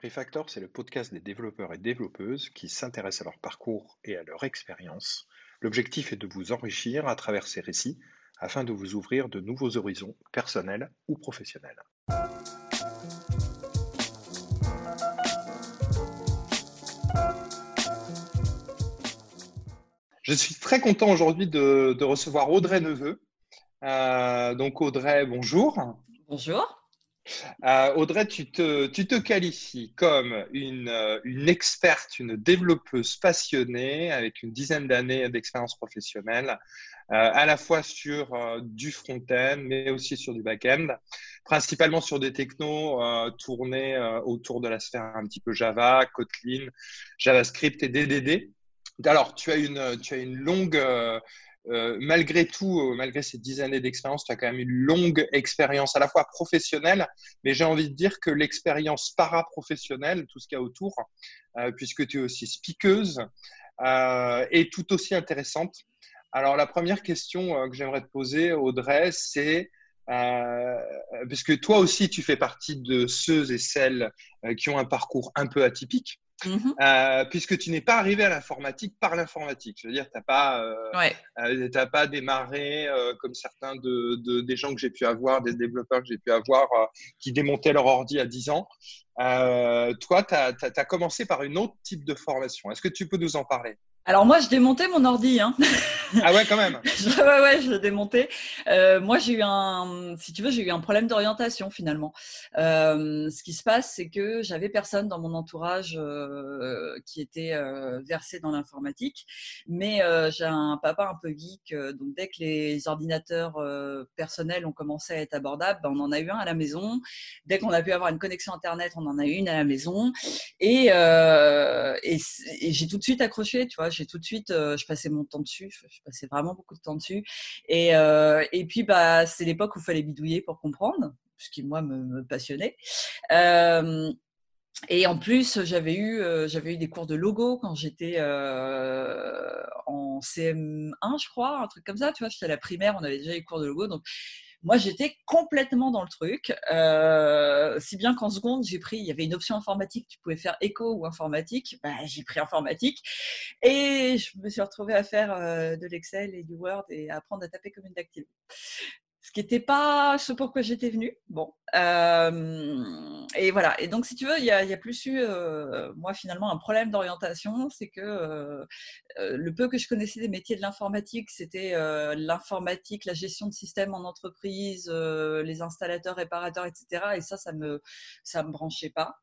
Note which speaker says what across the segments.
Speaker 1: Refactor, c'est le podcast des développeurs et développeuses qui s'intéressent à leur parcours et à leur expérience. L'objectif est de vous enrichir à travers ces récits afin de vous ouvrir de nouveaux horizons personnels ou professionnels. Je suis très content aujourd'hui de recevoir Audrey Neveu. Donc Audrey, bonjour.
Speaker 2: Bonjour.
Speaker 1: Audrey, tu te qualifies comme une experte, une développeuse passionnée avec une dizaine d'années d'expérience professionnelle, à la fois sur du front-end, mais aussi sur du back-end, principalement sur des technos tournés autour de la sphère un petit peu Java, Kotlin, JavaScript et DDD. Alors, tu as une longue, malgré tout, malgré ces 10 années d'expérience, tu as quand même une longue expérience à la fois professionnelle, mais j'ai envie de dire que l'expérience para-professionnelle, tout ce qu'il y a autour, puisque tu es aussi speakeuse, est tout aussi intéressante. Alors, la première question que j'aimerais te poser, Audrey, c'est, parce que toi aussi, tu fais partie de ceux et celles qui ont un parcours un peu atypique.
Speaker 2: Mhm.
Speaker 1: Puisque tu n'es pas arrivé à l'informatique par l'informatique. Je veux dire, tu
Speaker 2: Ouais.
Speaker 1: n'as pas démarré comme certains des gens que j'ai pu avoir, des développeurs que j'ai pu avoir, qui démontaient leur ordi à 10 ans. Toi, tu as commencé par une autre type de formation. Est-ce que tu peux nous en parler?
Speaker 2: Alors moi, je démontais mon ordi, hein.
Speaker 1: Ah ouais, quand même.
Speaker 2: Ouais, je le démontais. Moi, si tu veux, j'ai eu un problème d'orientation finalement. Ce qui se passe, c'est que j'avais personne dans mon entourage qui était versé dans l'informatique, mais j'ai un papa un peu geek, donc dès que les ordinateurs personnels ont commencé à être abordables, ben, on en a eu un à la maison. Dès qu'on a pu avoir une connexion Internet, on en a eu une à la maison. Et j'ai tout de suite accroché, tu vois, j'ai tout de suite, je passais mon temps dessus, je passais vraiment beaucoup de temps dessus. Et puis, bah, c'est l'époque où il fallait bidouiller pour comprendre, ce qui, moi, me passionnait. Euh, et en plus, j'avais eu des cours de logo quand j'étais en CM1, je crois, un truc comme ça, tu vois, j'étais à la primaire, on avait déjà les cours de logo, donc moi, j'étais complètement dans le truc, si bien qu'en seconde, il y avait une option informatique, tu pouvais faire éco ou informatique, bah, j'ai pris informatique et je me suis retrouvée à faire de l'Excel et du Word et à apprendre à taper comme une dactylo. Ce qui n'était pas ce pour quoi j'étais venue. Bon, et voilà. Et donc, si tu veux, il y a plus eu, moi, finalement, un problème d'orientation. C'est que le peu que je connaissais des métiers de l'informatique, c'était l'informatique, la gestion de systèmes en entreprise, les installateurs, réparateurs, etc. Et ça me branchait pas.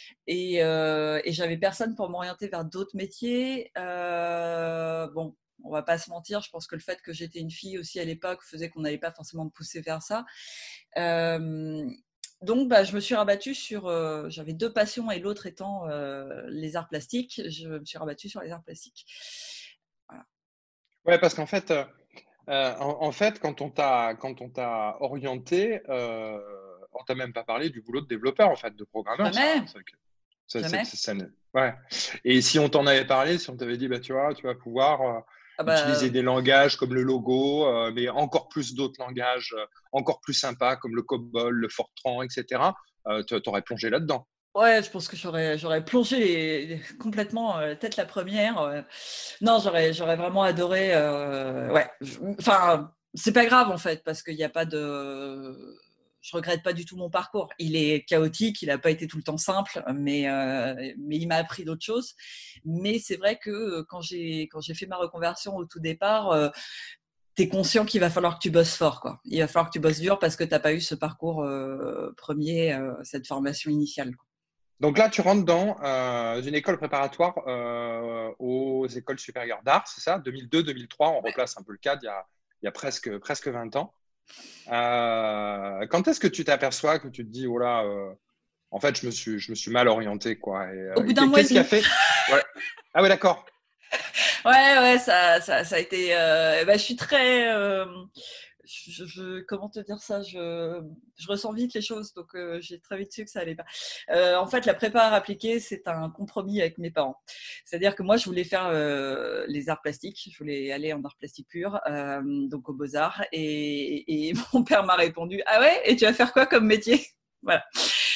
Speaker 2: Et j'avais personne pour m'orienter vers d'autres métiers. Bon, on va pas se mentir, je pense que le fait que j'étais une fille aussi à l'époque faisait qu'on n'allait pas forcément me pousser vers ça. Euh, donc, bah, je me suis rabattue sur. J'avais deux passions et l'autre étant les arts plastiques. Je me suis rabattue sur les arts plastiques. Voilà.
Speaker 1: Ouais, parce qu'en fait, en fait, quand on t'a orienté, on t'a même pas parlé du boulot de développeur, en fait, de programmeur, ça.
Speaker 2: Jamais, jamais.
Speaker 1: Ouais. Et si on t'en avait parlé, si on t'avait dit, bah, tu vois, tu vas pouvoir
Speaker 2: Ah
Speaker 1: utiliser
Speaker 2: bah,
Speaker 1: des langages comme le Logo, mais encore plus d'autres langages, encore plus sympas comme le COBOL, le Fortran, etc., tu aurais plongé là-dedans.
Speaker 2: ouais, je pense que j'aurais plongé complètement tête la première. Non, j'aurais vraiment adoré. Ouais, enfin, c'est pas grave en fait parce qu'il n'y a pas de. Je regrette pas du tout mon parcours. Il est chaotique, il n'a pas été tout le temps simple, mais il m'a appris d'autres choses. Mais c'est vrai que quand j'ai fait ma reconversion au tout départ, tu es conscient qu'il va falloir que tu bosses fort, quoi. Il va falloir que tu bosses dur parce que tu n'as pas eu ce parcours premier, cette formation initiale, quoi.
Speaker 1: Donc là, tu rentres dans une école préparatoire aux écoles supérieures d'art, c'est ça? 2002-2003, on
Speaker 2: Ouais.
Speaker 1: replace un peu le cadre, il y a presque 20 ans. Quand est-ce que tu t'aperçois que tu te dis, oh là, en fait, je me suis mal orienté, quoi.
Speaker 2: Au bout
Speaker 1: Et
Speaker 2: d'un mois et
Speaker 1: qu'est-ce qui a
Speaker 2: demi.
Speaker 1: fait? Ouais. Ah ouais, d'accord.
Speaker 2: Ouais, ça a été. Bah, je suis très. Comment te dire ça, je ressens vite les choses, donc j'ai très vite su que ça allait pas. En fait, la prépa art appliquée, c'est un compromis avec mes parents. C'est-à-dire que moi, je voulais faire les arts plastiques, je voulais aller en arts plastiques purs, donc aux Beaux-Arts, et mon père m'a répondu: Ah ouais, et tu vas faire quoi comme métier? Voilà.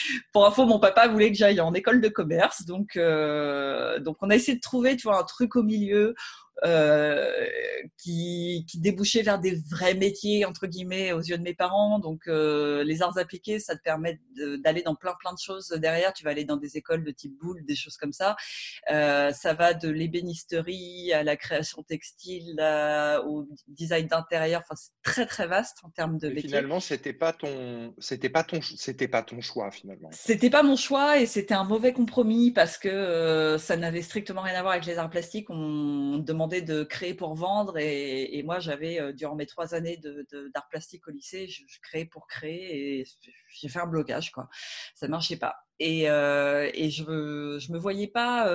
Speaker 2: Pour info, mon papa voulait que j'aille en école de commerce, donc on a essayé de trouver, tu vois, un truc au milieu euh, qui débouchait vers des vrais métiers entre guillemets aux yeux de mes parents. Donc les arts appliqués, ça te permet d'aller dans plein de choses derrière. Tu vas aller dans des écoles de type Boulle, des choses comme ça. Ça va de l'ébénisterie à la création textile, au design d'intérieur. Enfin, c'est très vaste en termes de
Speaker 1: Et
Speaker 2: métiers.
Speaker 1: finalement, c'était pas ton choix finalement en fait.
Speaker 2: C'était pas mon choix et c'était un mauvais compromis parce que ça n'avait strictement rien à voir avec les arts plastiques. On demandait de créer pour vendre et moi j'avais durant mes 3 années d'art plastique au lycée, je créais pour créer et j'ai fait un blocage quoi. Ça marchait pas et je me voyais pas.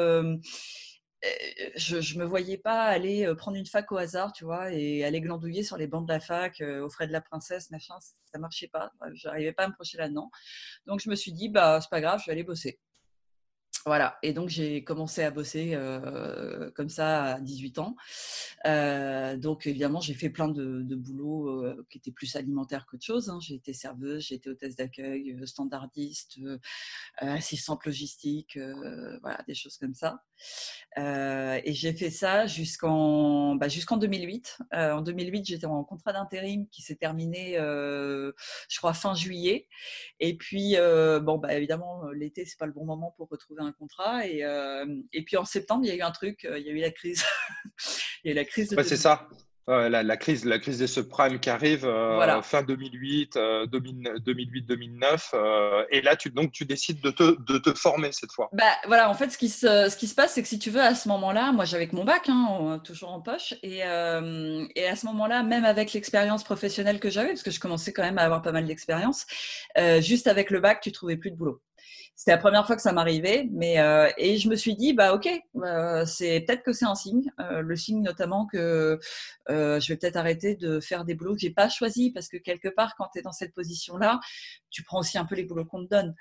Speaker 2: Je me voyais pas aller prendre une fac au hasard, tu vois, et aller glandouiller sur les bancs de la fac aux frais de la princesse, machin, ça marchait pas. J'arrivais pas à me projeter là-dedans. Donc, je me suis dit, bah, c'est pas grave, je vais aller bosser. Voilà, et donc j'ai commencé à bosser comme ça à 18 ans. Donc évidemment, j'ai fait plein de boulots qui étaient plus alimentaires qu'autre chose. Hein. J'ai été serveuse, j'ai été hôtesse d'accueil, standardiste, assistante logistique, voilà, des choses comme ça. Et j'ai fait ça jusqu'en 2008. En 2008, j'étais en contrat d'intérim qui s'est terminé, je crois, fin juillet. Et puis, évidemment, l'été, c'est pas le bon moment pour retrouver un contrat. Et puis en septembre, il y a eu un truc, il y a eu la crise. Il y a eu la crise de
Speaker 1: Ouais, c'est
Speaker 2: 2000.
Speaker 1: ça. La crise des subprimes qui arrive
Speaker 2: Voilà.
Speaker 1: fin 2008, 2008-2009. Et là, donc, tu décides de te former cette fois.
Speaker 2: Bah, voilà, en fait, ce qui se passe, c'est que si tu veux, à ce moment-là, moi, j'avais que mon bac, hein, toujours en poche, et à ce moment-là, même avec l'expérience professionnelle que j'avais, parce que je commençais quand même à avoir pas mal d'expérience, juste avec le bac, tu trouvais plus de boulot. C'était la première fois que ça m'arrivait, et je me suis dit, bah ok, c'est peut-être que c'est un signe, le signe notamment que je vais peut-être arrêter de faire des boulots que j'ai pas choisis, parce que quelque part, quand tu es dans cette position-là, tu prends aussi un peu les boulots qu'on te donne.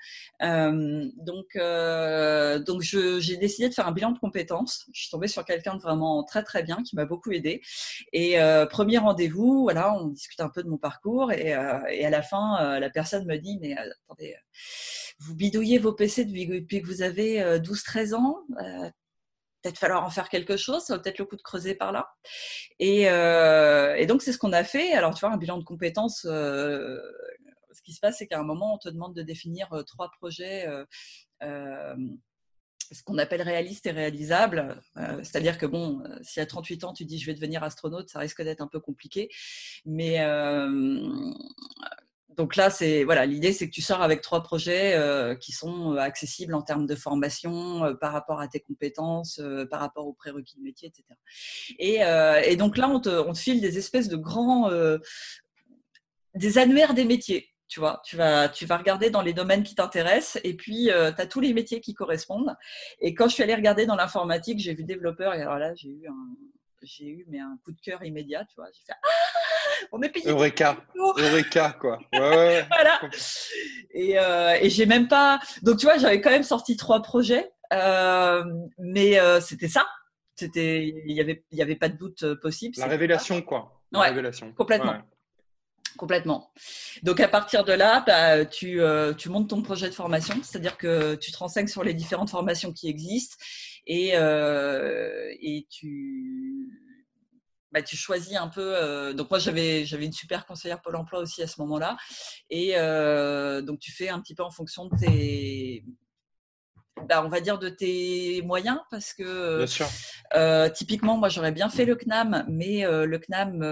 Speaker 2: Donc j'ai décidé de faire un bilan de compétences. Je suis tombée sur quelqu'un de vraiment très bien qui m'a beaucoup aidée. Et premier rendez-vous, voilà, on discute un peu de mon parcours et à la fin, la personne me dit, mais attendez, vous bidouillez vos PC depuis que vous avez 12-13 ans, peut-être falloir en faire quelque chose, ça vaut peut-être le coup de creuser par là. Et donc, c'est ce qu'on a fait. Alors, tu vois, un bilan de compétences, ce qui se passe, c'est qu'à un moment, on te demande de définir 3 projets, ce qu'on appelle réalistes et réalisables. C'est-à-dire que, bon, si à 38 ans, tu dis je vais devenir astronaute, ça risque d'être un peu compliqué. Mais donc là, voilà, l'idée, c'est que tu sors avec 3 projets qui sont accessibles en termes de formation, par rapport à tes compétences, par rapport aux prérequis du métier, etc. Et donc là, on te file des espèces de grands, des annuaires des métiers. Tu vois, tu vas regarder dans les domaines qui t'intéressent et puis tu as tous les métiers qui correspondent. Et quand je suis allée regarder dans l'informatique, j'ai vu développeur et alors là, j'ai eu mais un coup de cœur immédiat, tu vois. J'ai fait on est payé
Speaker 1: Eureka,
Speaker 2: pour
Speaker 1: Eureka, quoi. Ouais.
Speaker 2: voilà. Et j'ai même pas. Donc tu vois, j'avais quand même sorti 3 projets, mais c'était ça. Il y avait pas de doute possible.
Speaker 1: La
Speaker 2: C'était ça.
Speaker 1: révélation, quoi. La
Speaker 2: Ouais,
Speaker 1: révélation. Ouais.
Speaker 2: complètement. Complètement. Donc à partir de là, bah, tu montes ton projet de formation, c'est-à-dire que tu te renseignes sur les différentes formations qui existent et tu choisis un peu. Donc moi j'avais une super conseillère Pôle Emploi aussi à ce moment-là, et donc tu fais un petit peu en fonction de on va dire de tes moyens, parce
Speaker 1: Bien
Speaker 2: que
Speaker 1: sûr.
Speaker 2: typiquement, moi j'aurais bien fait le CNAM, mais le CNAM,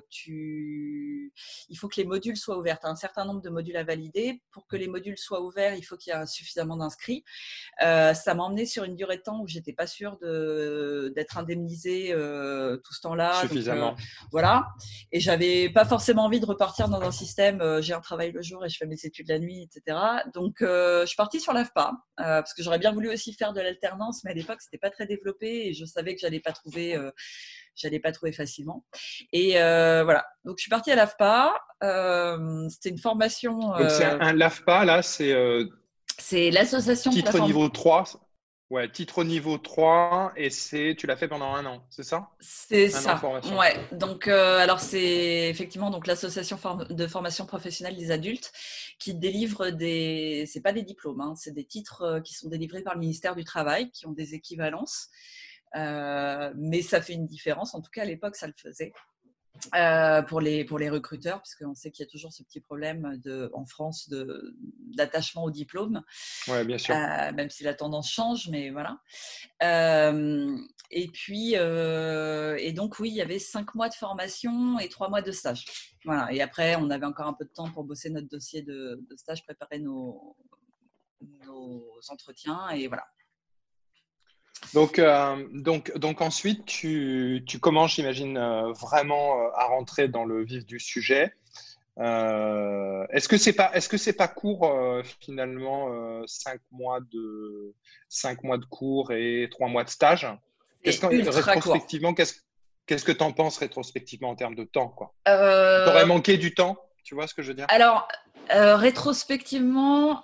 Speaker 2: il faut que les modules soient ouverts. Tu as un certain nombre de modules à valider. Pour que les modules soient ouverts, il faut qu'il y ait suffisamment d'inscrits. Ça m'a emmené sur une durée de temps où j'étais pas sûre d'être indemnisée tout ce temps-là. Donc
Speaker 1: Suffisamment.
Speaker 2: voilà. Et j'avais pas forcément envie de repartir dans un système. J'ai un travail le jour et je fais mes études la nuit, etc. Donc je suis partie sur l'AFPA parce que j'aurais bien voulu aussi faire de l'alternance, mais à l'époque c'était pas très développé et je savais que j'allais pas trouver facilement. Et voilà. Donc je suis partie à l'AFPA. C'était une formation.
Speaker 1: Donc, c'est un LAFPA, là, c'est
Speaker 2: C'est l'association pour la
Speaker 1: titre
Speaker 2: formation.
Speaker 1: niveau 3. Ouais, titre niveau 3 et tu l'as fait pendant un an, c'est ça?
Speaker 2: C'est
Speaker 1: Un an de
Speaker 2: ça,
Speaker 1: formation.
Speaker 2: ouais. Donc, alors c'est effectivement donc l'association de formation professionnelle des adultes qui délivre c'est pas des diplômes, hein, c'est des titres qui sont délivrés par le ministère du Travail, qui ont des équivalences. Mais ça fait une différence. En tout cas, à l'époque, ça le faisait. Pour les recruteurs, puisqu'on sait qu'il y a toujours ce petit problème en France d'attachement au diplôme,
Speaker 1: Ouais, bien sûr.
Speaker 2: même si la tendance change, mais voilà. Et donc, oui, il y avait 5 mois de formation et 3 mois de stage. Voilà. Et après, on avait encore un peu de temps pour bosser notre dossier de stage, préparer nos entretiens, et voilà.
Speaker 1: Donc ensuite, tu commences, j'imagine, vraiment à rentrer dans le vif du sujet. Est-ce que c'est pas court finalement 5 mois de cours et 3 mois de stage?
Speaker 2: C'est ultra court.
Speaker 1: Rétrospectivement, qu'est-ce que tu en penses rétrospectivement en termes de temps, quoi? T'aurais
Speaker 2: Euh,
Speaker 1: manqué du temps, tu vois ce que je veux dire?
Speaker 2: alors, rétrospectivement,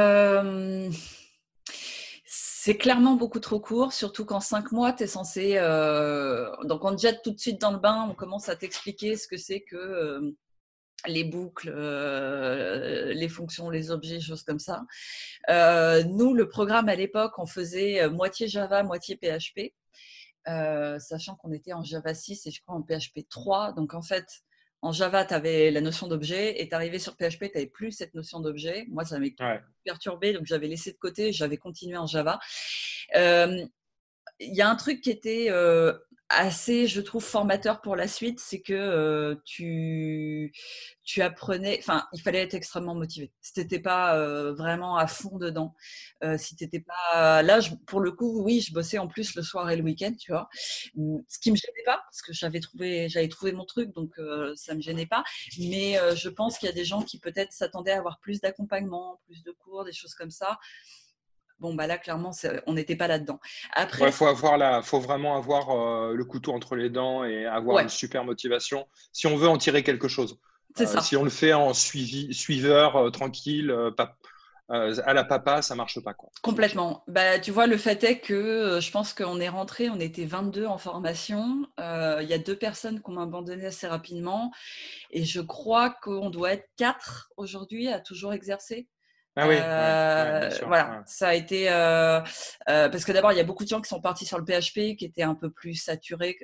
Speaker 2: c'est clairement beaucoup trop court, surtout qu'en 5 mois, tu es censé. Donc, on te jette tout de suite dans le bain, on commence à t'expliquer ce que c'est que les boucles, les fonctions, les objets, choses comme ça. Nous, le programme à l'époque, on faisait moitié Java, moitié PHP, sachant qu'on était en Java 6 et je crois en PHP 3. Donc, en fait, en Java, tu avais la notion d'objet et tu arrivé sur PHP, tu n'avais plus cette notion d'objet. Moi, ça m'a
Speaker 1: Ouais.
Speaker 2: perturbé, donc j'avais laissé de côté, j'avais continué en Java. Il y a un truc qui était assez, je trouve, formateur pour la suite, c'est que tu apprenais, enfin, il fallait être extrêmement motivé. Si tu n'étais pas vraiment à fond dedans, si tu n'étais pas là, pour le coup, oui, je bossais en plus le soir et le week-end, tu vois. Ce qui me gênais pas, parce que j'avais trouvé mon truc, donc ça me gênait pas. Mais je pense qu'il y a des gens qui peut-être s'attendaient à avoir plus d'accompagnement, plus de cours, des choses comme ça. Bon, bah là, clairement, on n'était pas là-dedans. Après,
Speaker 1: Ouais, faut vraiment avoir le couteau entre les dents et avoir une
Speaker 2: ouais,
Speaker 1: super motivation si on veut en tirer quelque chose.
Speaker 2: c'est ça.
Speaker 1: Si on le fait en suiveur, tranquille, à la papa, ça marche pas, quoi, j'imagine.
Speaker 2: Complètement. Bah, tu vois, le fait est que je pense qu'on est rentré, on était 22 en formation. Il y a 2 personnes qui ont abandonné assez rapidement. Et je crois qu'on doit être 4 aujourd'hui à toujours exercer.
Speaker 1: Ah oui, ouais, ouais, bien sûr.
Speaker 2: Voilà,
Speaker 1: Ouais.
Speaker 2: ça a été parce que d'abord il y a beaucoup de gens qui sont partis sur le PHP, qui étaient un peu plus saturés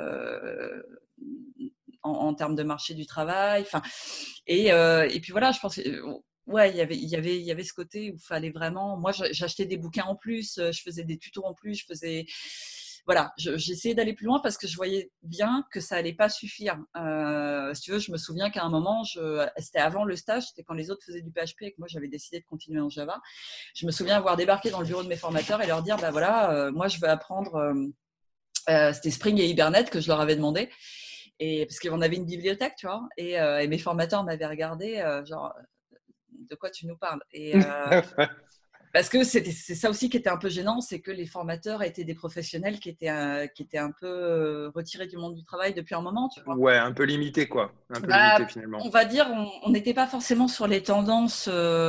Speaker 2: en termes de marché du travail. Enfin, et puis voilà, je pense. Ouais, il y avait ce côté où il fallait vraiment. Moi, j'achetais des bouquins en plus, je faisais des tutos en plus, voilà, j'essayais d'aller plus loin parce que je voyais bien que ça allait pas suffire. Si tu veux, je me souviens qu'à un moment, c'était avant le stage, c'était quand les autres faisaient du PHP et que moi j'avais décidé de continuer en Java. Je me souviens avoir débarqué dans le bureau de mes formateurs et leur dire, bah voilà, moi je veux apprendre. C'était Spring et Hibernate que je leur avais demandé. Et parce qu'on avait une bibliothèque, tu vois, et mes formateurs m'avaient regardé, genre, de quoi tu nous parles? Parce que c'est ça aussi qui était un peu gênant, c'est que les formateurs étaient des professionnels qui étaient un peu retirés du monde du travail depuis un moment, tu vois.
Speaker 1: Ouais, un peu limité, quoi. Un peu limité,
Speaker 2: Bah,
Speaker 1: finalement.
Speaker 2: on va dire, on n'était pas forcément sur les tendances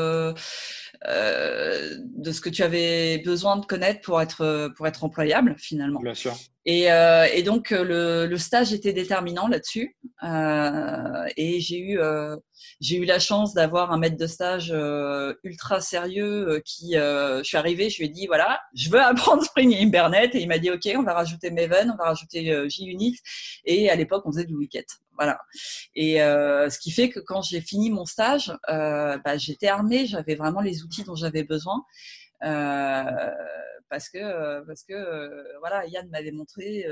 Speaker 2: de ce que tu avais besoin de connaître pour être employable, finalement.
Speaker 1: Bien sûr.
Speaker 2: Et donc, le stage était déterminant là-dessus. Et j'ai eu la chance d'avoir un maître de stage ultra sérieux je suis arrivée, je lui ai dit, voilà, je veux apprendre Spring et Hibernate. Et il m'a dit, OK, on va rajouter Maven, on va rajouter JUnit. Et à l'époque, on faisait du Wicket. Voilà. Et ce qui fait que quand j'ai fini mon stage, bah, j'étais armée, j'avais vraiment les outils dont j'avais besoin. Euh, parce que voilà, Yann m'avait montré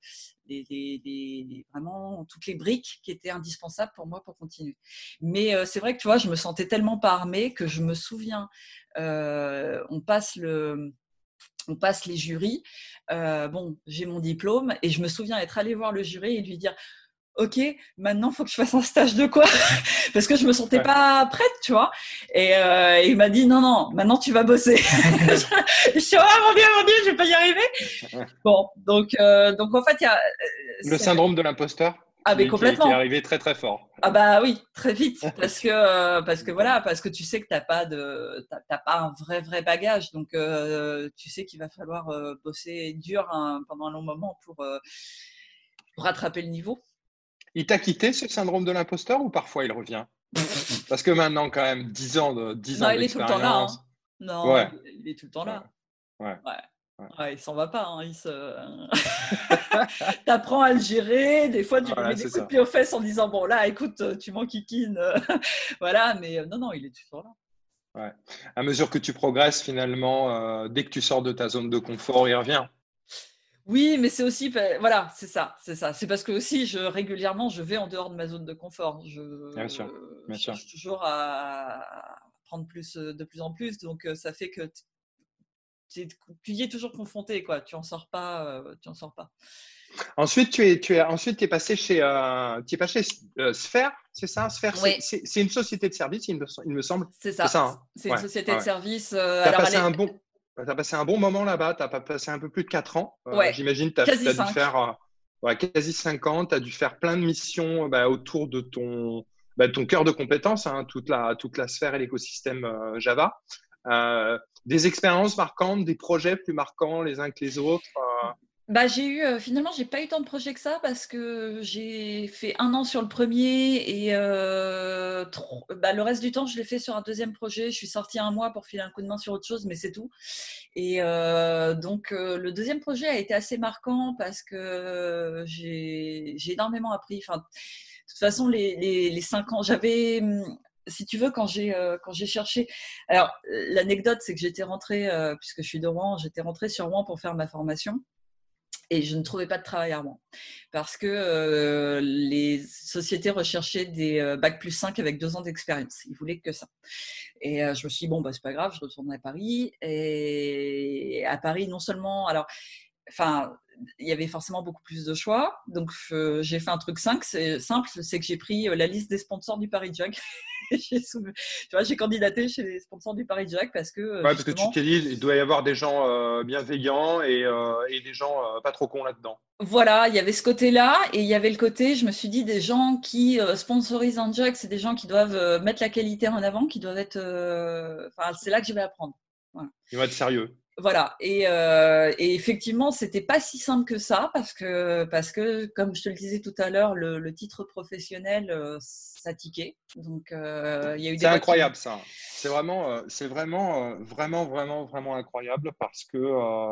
Speaker 2: vraiment toutes les briques qui étaient indispensables pour moi pour continuer. Mais c'est vrai que tu vois, je me sentais tellement pas armée que je me souviens, on passe les jurys. Bon, j'ai mon diplôme et je me souviens être allée voir le jury et lui dire, OK, maintenant, il faut que je fasse un stage de quoi? Parce que je me sentais
Speaker 1: Ouais.
Speaker 2: pas prête, tu vois. Et il m'a dit, non, non, maintenant tu vas bosser. Je suis, oh mon Dieu, je vais pas y arriver. Bon, donc en fait,
Speaker 1: Le syndrome de l'imposteur?
Speaker 2: Ah, mais
Speaker 1: qui est
Speaker 2: complètement.
Speaker 1: arrivé très très fort.
Speaker 2: Ah bah oui, très vite, parce que voilà, parce que tu sais que t'as pas un vrai bagage, donc tu sais qu'il va falloir bosser dur pendant un long moment pour rattraper le niveau.
Speaker 1: Il t'a quitté ce syndrome de l'imposteur ou parfois il revient? Parce que maintenant, quand même, 10
Speaker 2: Non,
Speaker 1: ans
Speaker 2: il est tout le temps là, hein.
Speaker 1: d'expérience.
Speaker 2: Non,
Speaker 1: Ouais,
Speaker 2: il est tout le temps
Speaker 1: ouais,
Speaker 2: là.
Speaker 1: ouais,
Speaker 2: Ouais,
Speaker 1: ouais.
Speaker 2: ouais, il s'en va pas, hein, t'apprends à le gérer. Des fois, tu lui
Speaker 1: Voilà,
Speaker 2: mets des
Speaker 1: c'est
Speaker 2: coups de
Speaker 1: ça.
Speaker 2: pied aux fesses en disant bon là, écoute, tu m'enquiquines, voilà. Mais non, il est toujours là.
Speaker 1: Ouais. À mesure que tu progresses, finalement, dès que tu sors de ta zone de confort, il revient.
Speaker 2: Oui, mais c'est aussi, voilà, c'est ça, c'est ça. C'est parce que aussi, régulièrement, je vais en dehors de ma zone de confort.
Speaker 1: Bien sûr,
Speaker 2: Je
Speaker 1: bien sûr.
Speaker 2: cherche toujours à prendre de plus en plus, donc ça fait que tu y es toujours confronté, quoi. Tu en sors pas, tu en sors pas.
Speaker 1: Ensuite, ensuite, tu es passé Sphère, c'est ça? Sphère,
Speaker 2: Oui,
Speaker 1: c'est une société de service, il me semble.
Speaker 2: c'est
Speaker 1: C'est
Speaker 2: ça.
Speaker 1: ça, hein?
Speaker 2: C'est une
Speaker 1: Ouais,
Speaker 2: société
Speaker 1: ouais,
Speaker 2: de
Speaker 1: ouais.
Speaker 2: service.
Speaker 1: T'as
Speaker 2: Alors,
Speaker 1: passé un bon, T'as passé un bon moment là-bas. T'as pas passé un peu plus de 4 ans.
Speaker 2: ouais,
Speaker 1: J'imagine,
Speaker 2: quasi
Speaker 1: t'as dû
Speaker 2: 5.
Speaker 1: faire ouais, quasi 5 ans. T'as dû faire plein de missions autour de ton cœur de compétences, hein, toute la sphère et l'écosystème Java. Euh, des expériences marquantes, des projets plus marquants les uns que les autres.
Speaker 2: Bah, finalement, j'ai pas eu tant de projets que ça parce que j'ai fait 1 an sur le premier et le reste du temps, je l'ai fait sur un deuxième projet. Je suis sortie 1 mois pour filer un coup de main sur autre chose, mais c'est tout. Et donc, le deuxième projet a été assez marquant parce que j'ai énormément appris. Enfin, de toute façon, les 5 ans, si tu veux, quand j'ai cherché. Alors, l'anecdote, c'est que j'étais rentrée, puisque je suis de Rouen, j'étais rentrée sur Rouen pour faire ma formation. Et je ne trouvais pas de travail à Rouen parce que les sociétés recherchaient des bac+5 avec 2 ans d'expérience. Ils voulaient que ça. Et je me suis dit, bon, bah, c'est pas grave, je retourne à Paris. Et à Paris, non seulement, alors, enfin, il y avait forcément beaucoup plus de choix. Donc, j'ai fait un truc simple, c'est que j'ai pris la liste des sponsors du Paris Jog. J'ai candidaté chez les sponsors du Paris Jog parce que
Speaker 1: Ouais, parce que tu
Speaker 2: justement,
Speaker 1: t'es dit, il doit y avoir des gens bienveillants et des gens pas trop cons là-dedans.
Speaker 2: voilà, il y avait ce côté-là et il y avait le côté, je me suis dit, des gens qui sponsorisent un jog, c'est des gens qui doivent mettre la qualité en avant, qui doivent être. Enfin, c'est là que je vais apprendre. Voilà.
Speaker 1: Ils vont être sérieux.
Speaker 2: Voilà. Et effectivement, c'était pas si simple que ça parce que, comme je te le disais tout à l'heure, le titre professionnel, ça tiquait. Donc, il y a eu des
Speaker 1: C'est
Speaker 2: boîtes qui.
Speaker 1: incroyable ça. C'est vraiment, vraiment, vraiment, vraiment incroyable parce que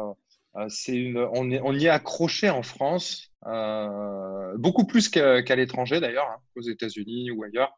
Speaker 1: on y est accroché en France, beaucoup plus qu'à l'étranger d'ailleurs, hein, aux États-Unis ou ailleurs.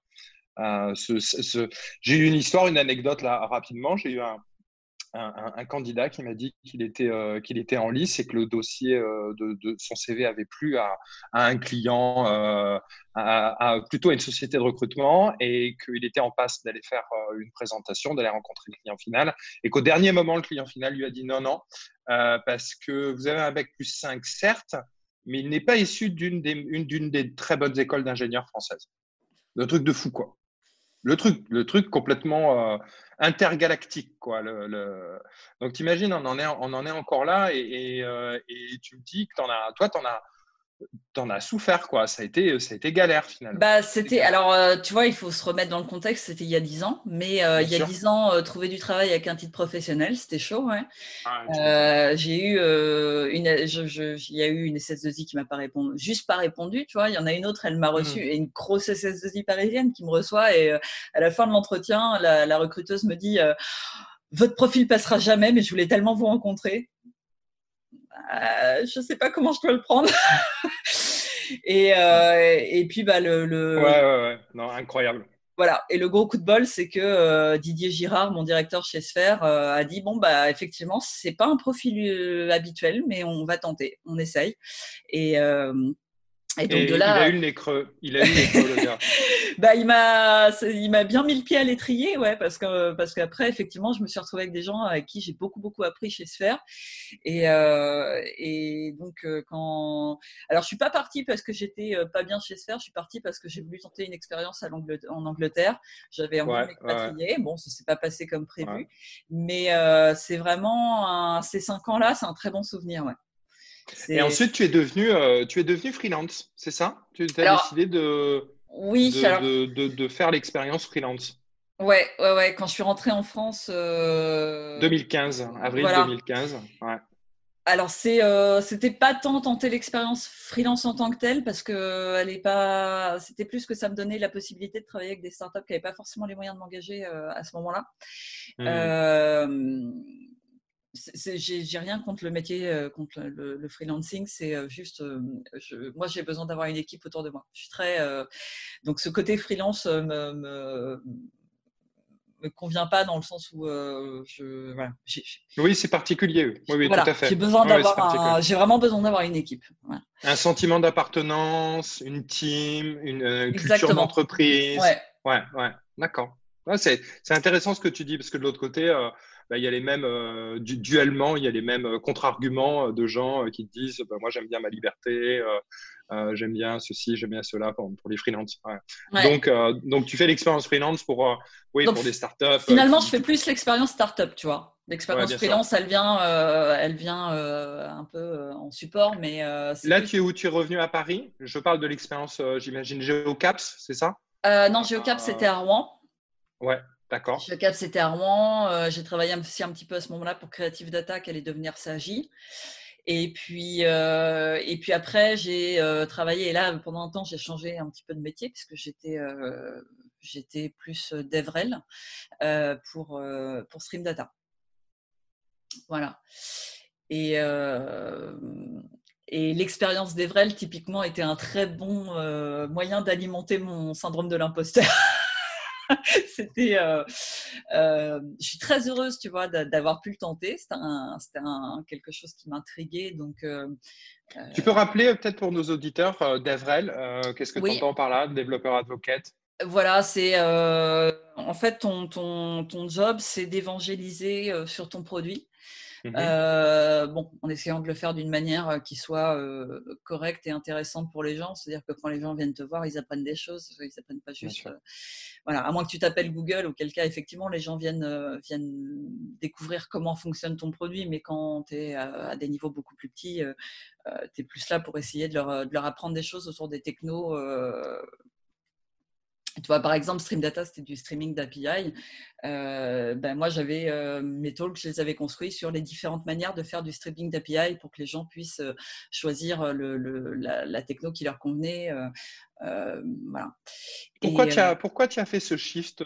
Speaker 1: J'ai eu une histoire, une anecdote là rapidement. J'ai eu un candidat qui m'a dit qu'il était en lice et que le dossier de son CV avait plu à un client, plutôt à une société de recrutement et qu'il était en passe d'aller faire une présentation, d'aller rencontrer le client final et qu'au dernier moment, le client final lui a dit non, non, parce que vous avez un bac+5, certes, mais il n'est pas issu d'une des très bonnes écoles d'ingénieurs françaises. Un truc de fou, quoi. Le truc complètement intergalactique, quoi. Donc, t'imagines, on en est encore là et tu me dis que t'en as souffert, quoi. Ça a été galère, finalement.
Speaker 2: Bah,
Speaker 1: Ça a été
Speaker 2: c'était.
Speaker 1: galère.
Speaker 2: Alors, tu vois, il faut se remettre dans le contexte, c'était il y a 10 ans. Mais
Speaker 1: Bien
Speaker 2: il y a
Speaker 1: sûr.
Speaker 2: 10 ans, trouver du travail avec un titre professionnel, c'était chaud, ouais.
Speaker 1: Ah, tu m'étonnes.
Speaker 2: J'ai eu il y a eu une SS2I qui m'a pas répondu, juste pas répondu, tu vois. Il y en a une autre, elle m'a reçu,
Speaker 1: Mhm.
Speaker 2: et une grosse SS2I parisienne qui me reçoit. Et à la fin de l'entretien, la recruteuse me dit votre profil passera jamais, mais je voulais tellement vous rencontrer. Je sais pas comment je dois le prendre.
Speaker 1: Ouais.
Speaker 2: Et puis, bah,
Speaker 1: Ouais, ouais, ouais. Non, incroyable.
Speaker 2: voilà. Et le gros coup de bol, c'est que Didier Girard, mon directeur chez Sphère, a dit bon, bah, effectivement, c'est pas un profil habituel, mais on va tenter, on essaye. Et, euh, et donc de
Speaker 1: Et il a eu
Speaker 2: là,
Speaker 1: le nez creux. Il a eu le nez creux, le gars.
Speaker 2: bah, il m'a bien mis le pied à l'étrier, ouais, parce qu'après, effectivement, je me suis retrouvée avec des gens avec qui j'ai beaucoup appris chez Sphère. Et donc, alors, je suis pas partie parce que j'étais pas bien chez Sphère, je suis partie parce que j'ai voulu tenter une expérience en Angleterre. J'avais envie de
Speaker 1: Ouais, ouais,
Speaker 2: m'expatrier. Bon, ça s'est pas passé comme
Speaker 1: ouais.
Speaker 2: prévu, mais c'est vraiment ces 5 ans-là, c'est un très bon souvenir, ouais.
Speaker 1: Et
Speaker 2: C'est...
Speaker 1: ensuite, tu es devenu freelance, c'est ça? Tu as
Speaker 2: Alors,
Speaker 1: décidé
Speaker 2: oui, alors,
Speaker 1: de faire l'expérience freelance.
Speaker 2: ouais. Quand je suis rentrée en France,
Speaker 1: 2015, avril
Speaker 2: voilà.
Speaker 1: 2015. Ouais.
Speaker 2: Alors, c'était pas tant tenter l'expérience freelance en tant que telle, parce que elle est pas. C'était plus que ça me donnait la possibilité de travailler avec des startups qui n'avaient pas forcément les moyens de m'engager à ce moment-là.
Speaker 1: Hmm.
Speaker 2: Euh, j'ai rien contre le métier, contre le freelancing. C'est juste, moi, j'ai besoin d'avoir une équipe autour de moi. Je suis très. Donc, ce côté freelance me convient pas dans le sens où voilà,
Speaker 1: Oui, c'est particulier. Oui, oui, tout à
Speaker 2: voilà,
Speaker 1: fait. Oui, oui, c'est particulier.
Speaker 2: j'ai vraiment besoin d'avoir une équipe. Voilà.
Speaker 1: Un sentiment d'appartenance, une team, une culture
Speaker 2: Exactement.
Speaker 1: d'entreprise.
Speaker 2: Ouais.
Speaker 1: Ouais, ouais, d'accord. Ouais, c'est intéressant ce que tu dis, parce que de l'autre côté, bah, il y a les mêmes, duellement, il y a les mêmes contre-arguments de gens qui te disent, bah, moi j'aime bien ma liberté, j'aime bien ceci, j'aime bien cela pour les freelances. Ouais.
Speaker 2: Ouais.
Speaker 1: Donc tu fais l'expérience freelance oui,
Speaker 2: Donc
Speaker 1: pour des startups
Speaker 2: finalement, je fais plus l'expérience startup, tu vois.
Speaker 1: Ouais,
Speaker 2: L'expérience
Speaker 1: bien sûr.
Speaker 2: freelance, elle vient un peu en support, mais c'est
Speaker 1: Là,
Speaker 2: plus.
Speaker 1: tu es où? Tu es revenu à Paris? Je parle de l'expérience, j'imagine, GeoCaps, c'est ça?
Speaker 2: Non, GeoCap, c'était
Speaker 1: Euh,
Speaker 2: à Rouen.
Speaker 1: ouais, d'accord.
Speaker 2: GeoCap, c'était à Rouen. J'ai travaillé aussi un petit peu à ce moment-là pour Creative Data, qui allait devenir Sagi. Et puis après, j'ai travaillé. Et là, pendant un temps, j'ai changé un petit peu de métier puisque j'étais plus DevRel pour Stream Data. Voilà. Et, euh, et l'expérience d'Evrel, typiquement, était un très bon moyen d'alimenter mon syndrome de l'imposteur. C'était, je suis très heureuse, tu vois, d'avoir pu le tenter. Quelque chose qui m'intriguait. Donc,
Speaker 1: Tu peux rappeler peut-être pour nos auditeurs, Devrel, qu'est-ce que tu
Speaker 2: oui,
Speaker 1: entends par là, développeur advocate?
Speaker 2: voilà, c'est en fait ton job, c'est d'évangéliser sur ton produit.
Speaker 1: Mhm,
Speaker 2: Bon, en essayant de le faire d'une manière qui soit correcte et intéressante pour les gens. C'est-à-dire que quand les gens viennent te voir, ils apprennent des choses. Ils apprennent pas
Speaker 1: bien
Speaker 2: juste.
Speaker 1: sûr.
Speaker 2: Voilà, à moins que tu t'appelles Google, auquel cas, effectivement, les gens viennent découvrir comment fonctionne ton produit. Mais quand tu es à des niveaux beaucoup plus petits, tu es plus là pour essayer de leur apprendre des choses autour des technos. Tu vois, par exemple, Stream Data, c'était du streaming d'API. Ben moi, j'avais mes talks, je les avais construits sur les différentes manières de faire du streaming d'API pour que les gens puissent choisir la techno qui leur convenait. Voilà. Et
Speaker 1: Pourquoi tu as fait ce shift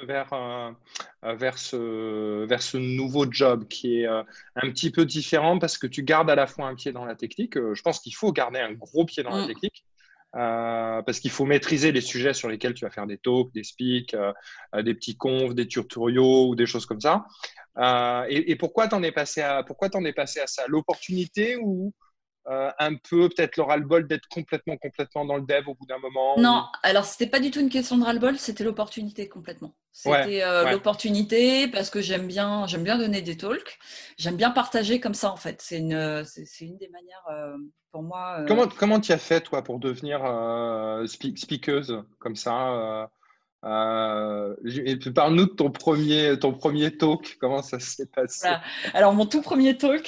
Speaker 1: vers ce nouveau job qui est un petit peu différent parce que tu gardes à la fois un pied dans la technique. Je pense qu'il faut garder un gros pied dans la technique. Parce qu'il faut maîtriser les sujets sur lesquels tu vas faire des talks, des speaks, des petits confs, des tutoriaux ou des choses comme ça. Et pourquoi pourquoi t'en es passé à ça? L'opportunité ou un peu peut-être le ras-le-bol d'être complètement dans le dev au bout d'un moment
Speaker 2: non,
Speaker 1: ou...
Speaker 2: alors c'était pas du tout une question de ras-le-bol, c'était l'opportunité complètement.
Speaker 1: Ouais,
Speaker 2: C'était
Speaker 1: ouais.
Speaker 2: l'opportunité parce que j'aime bien donner des talks, j'aime bien partager comme ça en fait. C'est une des manières pour moi.
Speaker 1: Comment tu as fait toi pour devenir speakeuse comme ça parle-nous de ton premier talk, comment ça s'est passé?
Speaker 2: Voilà. Alors, mon tout premier talk,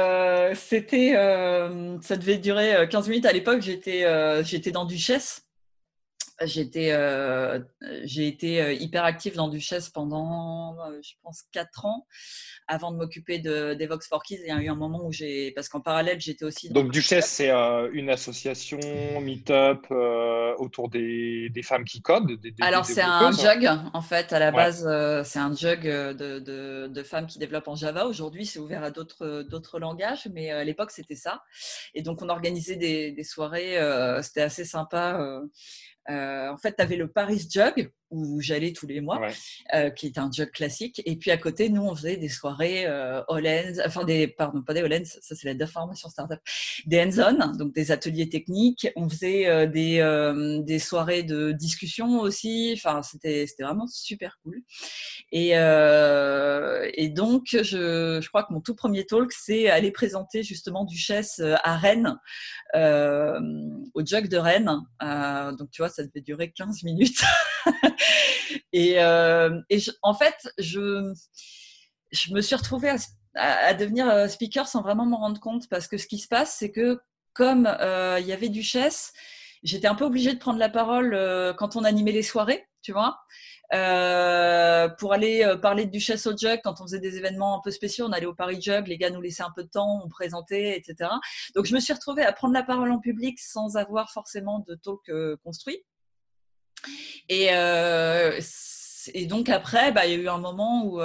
Speaker 2: ça devait durer 15 minutes. À l'époque, j'étais dans Duchesse. J'ai été hyper active dans Duchesse pendant, je pense, 4 ans avant de m'occuper d'Evox for Kids. Il y a eu un moment où parce qu'en parallèle, j'étais aussi dans
Speaker 1: Donc,
Speaker 2: une
Speaker 1: Duchesse,
Speaker 2: startup.
Speaker 1: c'est une association meet-up autour des femmes qui codent, des
Speaker 2: Alors, c'est un
Speaker 1: développeuses.
Speaker 2: jug, en fait, à la
Speaker 1: Ouais,
Speaker 2: base, c'est un jug de femmes qui développent en Java. Aujourd'hui, c'est ouvert à d'autres langages, mais à l'époque, c'était ça. Et donc, on organisait des soirées, c'était assez sympa. En fait, tu avais le Paris Jug, où j'allais tous les mois,
Speaker 1: ouais.
Speaker 2: qui est un jug classique. Et puis à côté, nous, on faisait des soirées Hollands, enfin pardon, pas des Hollands, ça c'est la formation startup, des hands-on, donc des ateliers techniques. On faisait des soirées de discussion aussi. Enfin, c'était vraiment super cool. Et donc, je crois que mon tout premier talk, c'est aller présenter justement Duchesse à Rennes, euh, au jug de Rennes. Donc, tu vois, ça devait durer 15 minutes. En fait, je me suis retrouvée à devenir speaker sans vraiment m'en rendre compte, parce que ce qui se passe, c'est que comme il y avait Duchesse, j'étais un peu obligée de prendre la parole quand on animait les soirées, tu vois. Pour aller parler de Duchesse au Jug, quand on faisait des événements un peu spéciaux, on allait au Paris Jug, les gars nous laissaient un peu de temps, on présentait, etc. Donc je me suis retrouvée à prendre la parole en public sans avoir forcément de talk construit. Et, et donc après, bah, il y a eu un moment où,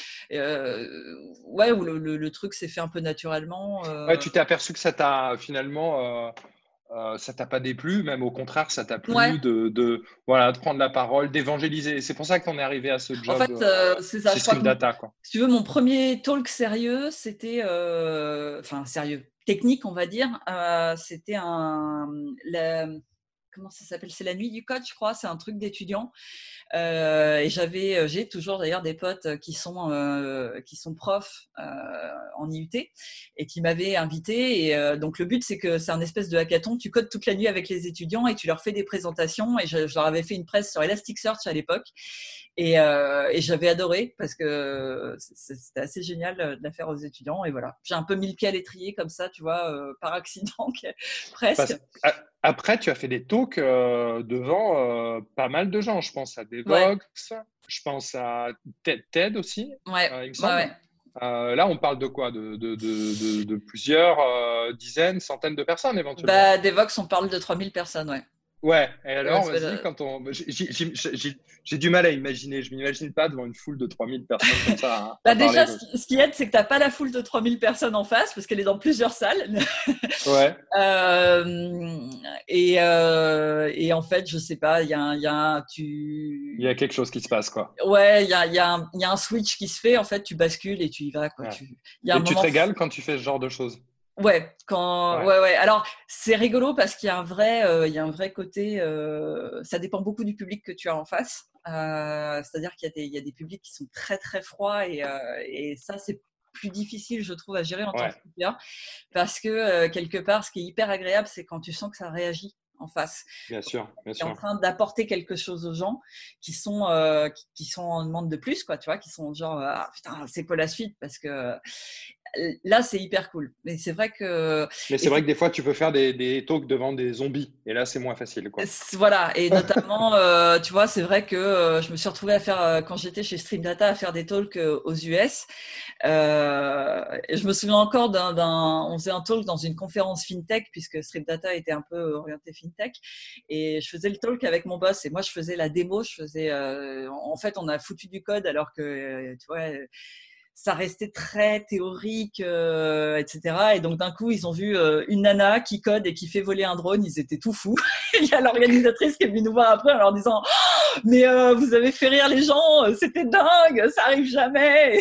Speaker 2: ouais, où le truc s'est fait un peu naturellement.
Speaker 1: Ouais, tu t'es aperçu que ça t'a finalement, ça t'a pas déplu, même au contraire, ça t'a
Speaker 2: Ouais,
Speaker 1: plu voilà, de prendre la parole, d'évangéliser. C'est pour ça que tu en es arrivé à ce
Speaker 2: en
Speaker 1: job
Speaker 2: fait, c'est ça.
Speaker 1: chez
Speaker 2: Je crois
Speaker 1: Stream
Speaker 2: que,
Speaker 1: Data, quoi.
Speaker 2: si tu veux, mon premier talk sérieux, c'était, enfin sérieux, technique, on va dire, c'était comment ça s'appelle? C'est la nuit du code, je crois. C'est un truc d'étudiants. Et j'ai toujours d'ailleurs des potes qui sont profs en IUT et qui m'avaient invité. Et donc le but, c'est que c'est un espèce de hackathon. Tu codes toute la nuit avec les étudiants et tu leur fais des présentations. Et je leur avais fait une presse sur Elasticsearch à l'époque. Et j'avais adoré parce que c'était assez génial de la faire aux étudiants. Et voilà, j'ai un peu mis le pied à l'étrier comme ça, tu vois, par accident presque.
Speaker 1: Après, tu as fait des talks devant pas mal de gens. Je pense à
Speaker 2: Ouais,
Speaker 1: Devox, je pense à TED aussi,
Speaker 2: ouais,
Speaker 1: il me
Speaker 2: ouais,
Speaker 1: semble.
Speaker 2: ouais.
Speaker 1: Là, on parle de quoi? De plusieurs dizaines, centaines de personnes éventuellement.
Speaker 2: Bah, Devox, on parle de 3000 personnes, ouais.
Speaker 1: Ouais, et
Speaker 2: Ouais,
Speaker 1: alors, vas-y, quand on. J'ai du mal à imaginer. Je m'imagine pas devant une foule de 3000 personnes comme ça
Speaker 2: bah
Speaker 1: à
Speaker 2: déjà,
Speaker 1: parler.
Speaker 2: ce qui aide, c'est que tu n'as pas la foule de 3000 personnes en face, parce qu'elle est dans plusieurs salles.
Speaker 1: Ouais,
Speaker 2: Euh, et en fait, je sais pas,
Speaker 1: il y a quelque chose qui se passe, quoi.
Speaker 2: ouais, il y a un switch qui se fait. En fait, tu bascules et tu y vas, quoi.
Speaker 1: Ouais.
Speaker 2: Il y a un
Speaker 1: Et tu te
Speaker 2: moment.
Speaker 1: régales quand tu fais ce genre de choses.
Speaker 2: Ouais,
Speaker 1: Ouais,
Speaker 2: ouais, ouais. Alors, c'est rigolo parce qu'il y a il y a un vrai côté. Ça dépend beaucoup du public que tu as en face. C'est-à-dire qu'il y a des publics qui sont très très froids et ça c'est plus difficile, je trouve, à gérer en tant
Speaker 1: ouais,
Speaker 2: que speaker parce que quelque part, ce qui est hyper agréable, c'est quand tu sens que ça réagit en face.
Speaker 1: bien sûr, bien
Speaker 2: Tu es en
Speaker 1: sûr.
Speaker 2: train d'apporter quelque chose aux gens qui sont en demande de plus, quoi, tu vois, qui sont genre, ah, putain, c'est quoi la suite? Parce que là, c'est hyper cool. Mais c'est vrai que.
Speaker 1: Mais
Speaker 2: Et
Speaker 1: c'est vrai que des fois, tu peux faire des talks devant des zombies. Et là, c'est moins facile, quoi.
Speaker 2: voilà, et notamment, tu vois, c'est vrai que je me suis retrouvée à faire, quand j'étais chez Stream Data, à faire des talks aux US. Et je me souviens encore on faisait un talk dans une conférence FinTech, puisque Stream Data était un peu orienté FinTech. Et je faisais le talk avec mon boss, et moi, je faisais la démo. En fait, on a foutu du code alors que, tu vois, ça restait très théorique, etc. Et donc d'un coup, ils ont vu une nana qui code et qui fait voler un drone. Ils étaient tout fous. Il y a l'organisatrice qui est venue nous voir après en leur disant mais vous avez fait rire les gens, c'était dingue, ça arrive jamais.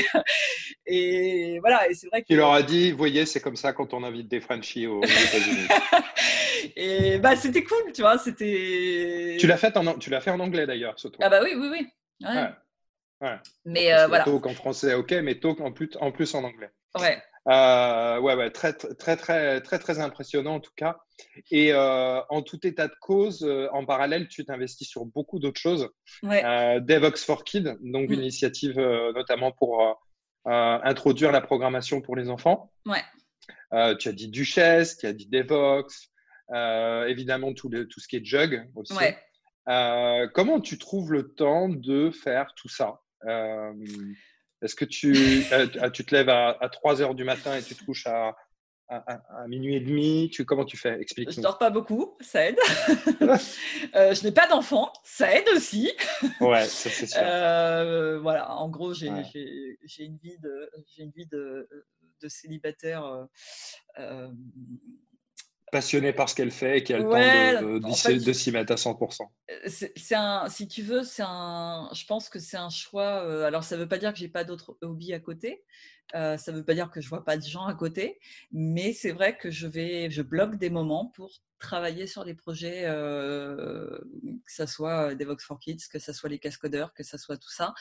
Speaker 2: Et voilà, et c'est vrai
Speaker 1: Qui
Speaker 2: que
Speaker 1: leur a dit, vous voyez, c'est comme ça quand on invite des Frenchies aux États-Unis.
Speaker 2: et bah c'était cool, tu vois, c'était
Speaker 1: Tu l'as fait en anglais d'ailleurs, ce
Speaker 2: ah
Speaker 1: talk.
Speaker 2: bah oui, oui, oui. Ouais.
Speaker 1: Ouais, ouais. Bon,
Speaker 2: Mais
Speaker 1: parce que
Speaker 2: voilà,
Speaker 1: talk en français, ok, mais talk en plus en anglais.
Speaker 2: ouais,
Speaker 1: Ouais, ouais, très impressionnant en tout cas. Et en tout état de cause, en parallèle, tu t'investis sur beaucoup d'autres choses.
Speaker 2: ouais,
Speaker 1: Devox for Kids, donc une
Speaker 2: mm,
Speaker 1: initiative notamment pour introduire la programmation pour les enfants.
Speaker 2: ouais.
Speaker 1: Tu as dit Duchesse, tu as dit Devox, évidemment tout ce qui est Jug aussi.
Speaker 2: Ouais.
Speaker 1: Comment tu trouves le temps de faire tout ça? Est-ce que tu te lèves à 3 heures du matin et tu te couches à minuit et demi? Comment tu fais?
Speaker 2: Je
Speaker 1: Explique-nous.
Speaker 2: dors pas beaucoup, ça aide. Je n'ai pas d'enfant, ça aide aussi.
Speaker 1: Ouais, ça c'est sûr.
Speaker 2: Voilà, en gros,
Speaker 1: Ouais.
Speaker 2: j'ai une vie de célibataire. Euh,
Speaker 1: Passionnée par ce qu'elle fait et qui a le temps
Speaker 2: ouais, en fait,
Speaker 1: de s'y mettre à 100%.
Speaker 2: si tu veux, je pense que c'est un choix. Alors, ça veut pas dire que j'ai pas d'autres hobbies à côté. Ça veut pas dire que je vois pas de gens à côté, mais c'est vrai que je bloque des moments pour travailler sur des projets, que ça soit Devox for Kids, que ça soit les cascodeurs, que ça soit tout ça.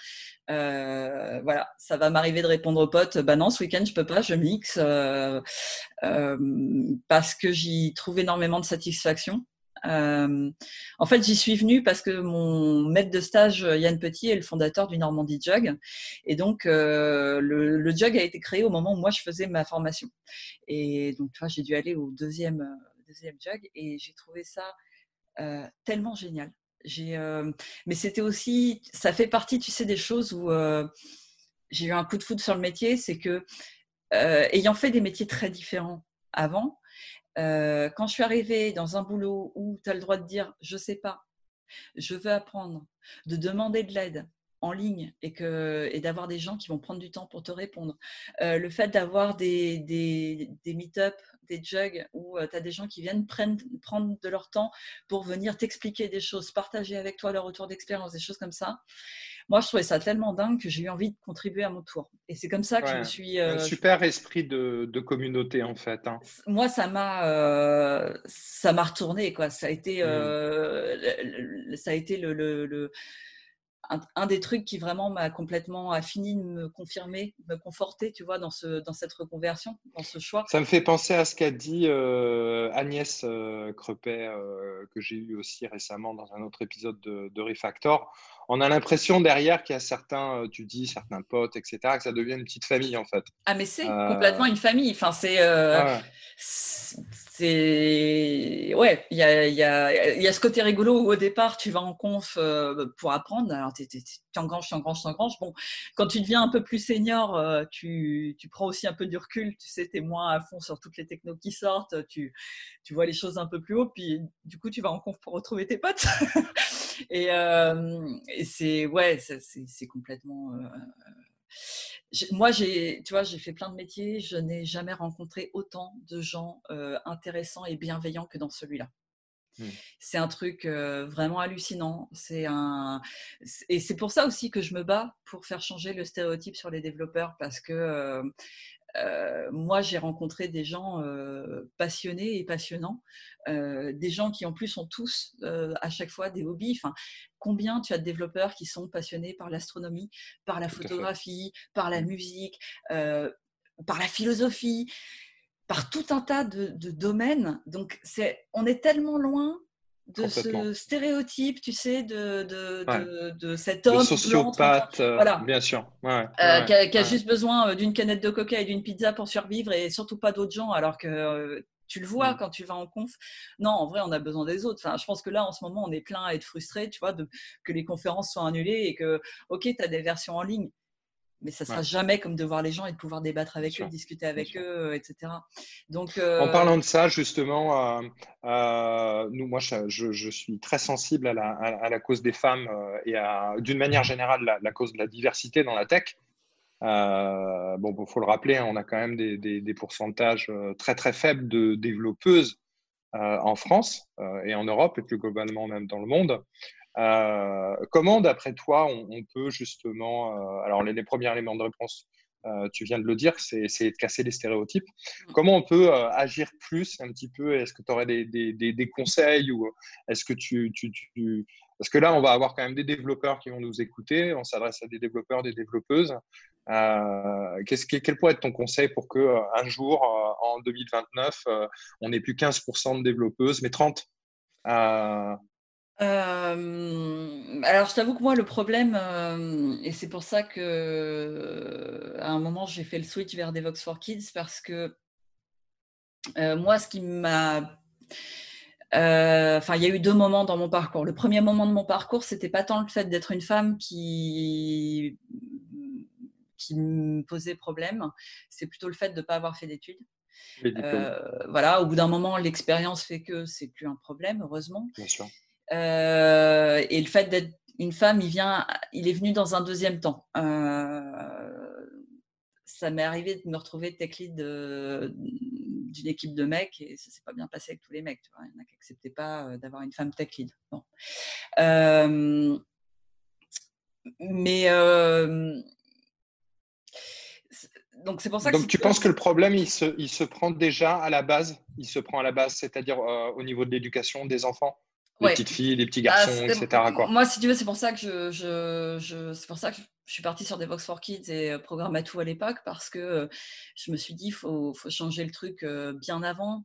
Speaker 2: Voilà, ça va m'arriver de répondre aux potes, bah non, ce week-end je peux pas, je mixe, parce que j'y trouve énormément de satisfaction. En fait, j'y suis venue parce que mon maître de stage, Yann Petit, est le fondateur du Normandie Jug. Et donc, le Jug a été créé au moment où moi, je faisais ma formation. Et donc, tu vois, j'ai dû aller au deuxième Jug et j'ai trouvé ça tellement génial. Mais c'était aussi, ça fait partie, tu sais, des choses où j'ai eu un coup de foudre sur le métier, c'est que ayant fait des métiers très différents avant, quand je suis arrivée dans un boulot où tu as le droit de dire je sais pas, je veux apprendre, de demander de l'aide en ligne et d'avoir des gens qui vont prendre du temps pour te répondre. Le fait d'avoir des meet-up, des jugs où tu as des gens qui viennent prendre de leur temps pour venir t'expliquer des choses, partager avec toi leur retour d'expérience, des choses comme ça. Moi, je trouvais ça tellement dingue que j'ai eu envie de contribuer à mon tour. Et c'est comme ça que je me
Speaker 1: Ouais.
Speaker 2: suis…
Speaker 1: Un super esprit de communauté, en fait. Hein.
Speaker 2: moi, ça m'a retourné, quoi. Ça a été, un des trucs qui vraiment a fini de me confirmer, me conforter, tu vois, dans cette reconversion, dans ce choix.
Speaker 1: Ça me fait penser à ce qu'a dit Agnès Crepet, que j'ai eu aussi récemment dans un autre épisode de Refactor. On a l'impression derrière qu'il y a certains, tu dis, certains potes, etc., que ça devient une petite famille, en fait.
Speaker 2: Ah, mais c'est
Speaker 1: Euh,
Speaker 2: complètement une famille. Enfin,
Speaker 1: ouais,
Speaker 2: ouais, il y a ce côté rigolo où au départ, tu vas en conf pour apprendre. Alors, t'engranges. Bon, quand tu deviens un peu plus senior, tu prends aussi un peu du recul. Tu sais, t'es moins à fond sur toutes les technos qui sortent. Tu vois les choses un peu plus haut. Puis, du coup, tu vas en conf pour retrouver tes potes. Et c'est complètement… moi, tu vois, j'ai fait plein de métiers. Je n'ai jamais rencontré autant de gens intéressants et bienveillants que dans celui-là.
Speaker 1: hmm,
Speaker 2: C'est un truc vraiment hallucinant. Et c'est pour ça aussi que je me bats pour faire changer le stéréotype sur les développeurs parce que moi, j'ai rencontré des gens passionnés et passionnants, des gens qui en plus ont tous à chaque fois des hobbies. Enfin, combien tu as de développeurs qui sont passionnés par l'astronomie, par la
Speaker 1: tout à fait.
Speaker 2: photographie, par la
Speaker 1: Hmm,
Speaker 2: musique, par la philosophie, par tout un tas de domaines. Donc, on est tellement loin de
Speaker 1: complètement.
Speaker 2: ce stéréotype, tu sais,
Speaker 1: Ouais.
Speaker 2: de cet
Speaker 1: De
Speaker 2: homme blanc, tranquille.
Speaker 1: sociopathe,
Speaker 2: Voilà,
Speaker 1: bien sûr. Ouais, ouais,
Speaker 2: qui a
Speaker 1: ouais.
Speaker 2: juste besoin d'une canette de coca et d'une pizza pour survivre et surtout pas d'autres gens, alors que tu le vois
Speaker 1: Hmm.
Speaker 2: quand tu vas en conf. Non, en vrai, on a besoin des autres. Enfin, je pense que là, en ce moment, on est plein à être frustré, tu vois, que les conférences soient annulées et que, ok, tu as des versions en ligne, mais ça sera
Speaker 1: Ouais,
Speaker 2: jamais comme de voir les gens et de pouvoir débattre
Speaker 1: bien
Speaker 2: avec eux,
Speaker 1: sûr,
Speaker 2: discuter
Speaker 1: bien
Speaker 2: avec
Speaker 1: sûr.
Speaker 2: eux, etc. Donc,
Speaker 1: En parlant de ça, justement, moi, je suis très sensible à la cause des femmes et d'une manière générale, la cause de la diversité dans la tech. Bon, faut le rappeler, hein, on a quand même des pourcentages très, très faibles de développeuses en France et en Europe, et plus globalement même dans le monde. Comment, d'après toi, on peut justement, alors les premiers éléments de réponse, tu viens de le dire, c'est de casser les stéréotypes. Comment on peut agir plus un petit peu? Est-ce que tu aurais des conseils ou est-ce que Parce que là, on va avoir quand même des développeurs qui vont nous écouter, on s'adresse à des développeurs, des développeuses. Quel pourrait être ton conseil pour que un jour, en 2029, on n'ait plus 15% de développeuses, mais 30?
Speaker 2: Alors, je t'avoue que moi, le problème, et c'est pour ça que à un moment, j'ai fait le switch vers Devox for Kids parce que moi, ce qui m'a… Enfin, il y a eu deux moments dans mon parcours. Le premier moment de mon parcours, c'était pas tant le fait d'être une femme qui me posait problème, c'est plutôt le fait de ne pas avoir fait d'études.
Speaker 1: Les diplômes,
Speaker 2: Voilà, au bout d'un moment, l'expérience fait que c'est plus un problème, heureusement.
Speaker 1: bien sûr.
Speaker 2: Et le fait d'être une femme, il est venu dans un deuxième temps. Ça m'est arrivé de me retrouver tech lead d'une équipe de mecs et ça s'est pas bien passé avec tous les mecs. Tu vois. Il y en a qui n'acceptaient pas d'avoir une femme tech lead. Bon. Mais donc c'est pour ça que
Speaker 1: Donc,
Speaker 2: si tu
Speaker 1: tu
Speaker 2: veux…
Speaker 1: penses que le problème, il se prend déjà à la base, il se prend à la base, c'est-à-dire au niveau de l'éducation des enfants? Les
Speaker 2: Ouais.
Speaker 1: petites filles, les petits garçons, etc., quoi.
Speaker 2: Moi, si tu veux, c'est pour ça que c'est pour ça que je suis partie sur Devox for Kids et Programmatou à l'époque, parce que je me suis dit, faut changer le truc bien avant.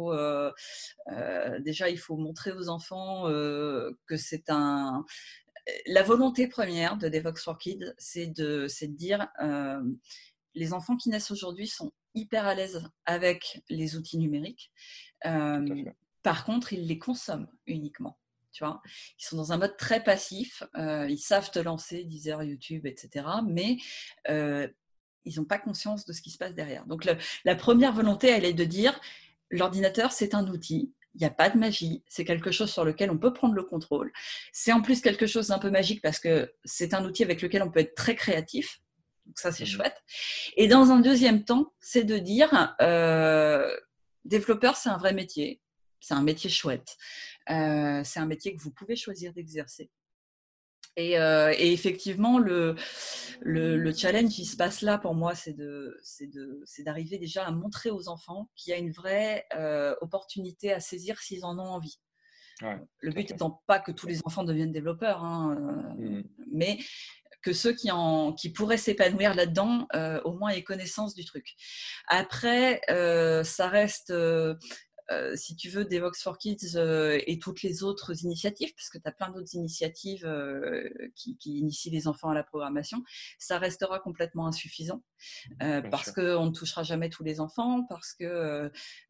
Speaker 2: Déjà, il faut montrer aux enfants que c'est la volonté première de Devox for Kids, c'est de dire les enfants qui naissent aujourd'hui sont hyper à l'aise avec les outils numériques.
Speaker 1: Tout à fait.
Speaker 2: Par contre, ils les consomment uniquement. Tu vois, ils sont dans un mode très passif. Ils savent te lancer Deezer, YouTube, etc. Mais ils n'ont pas conscience de ce qui se passe derrière. Donc, la première volonté, elle est de dire l'ordinateur, c'est un outil. Il n'y a pas de magie. C'est quelque chose sur lequel on peut prendre le contrôle. C'est en plus quelque chose d'un peu magique parce que c'est un outil avec lequel on peut être très créatif. Donc, ça, c'est chouette. Et dans un deuxième temps, c'est de dire développeur, c'est un vrai métier. C'est un métier chouette. C'est un métier que vous pouvez choisir d'exercer. Et effectivement, le challenge, il se passe là pour moi, c'est d'arriver déjà à montrer aux enfants qu'il y a une vraie opportunité à saisir s'ils en ont envie.
Speaker 1: Ouais,
Speaker 2: le but étant pas que tous les enfants deviennent développeurs, mais que ceux qui pourraient s'épanouir là-dedans, au moins aient connaissance du truc. Après, ça reste... si tu veux, Devox for Kids et toutes les autres initiatives, parce que tu as plein d'autres initiatives qui initient les enfants à la programmation, ça restera complètement insuffisant parce qu'on ne touchera jamais tous les enfants, parce que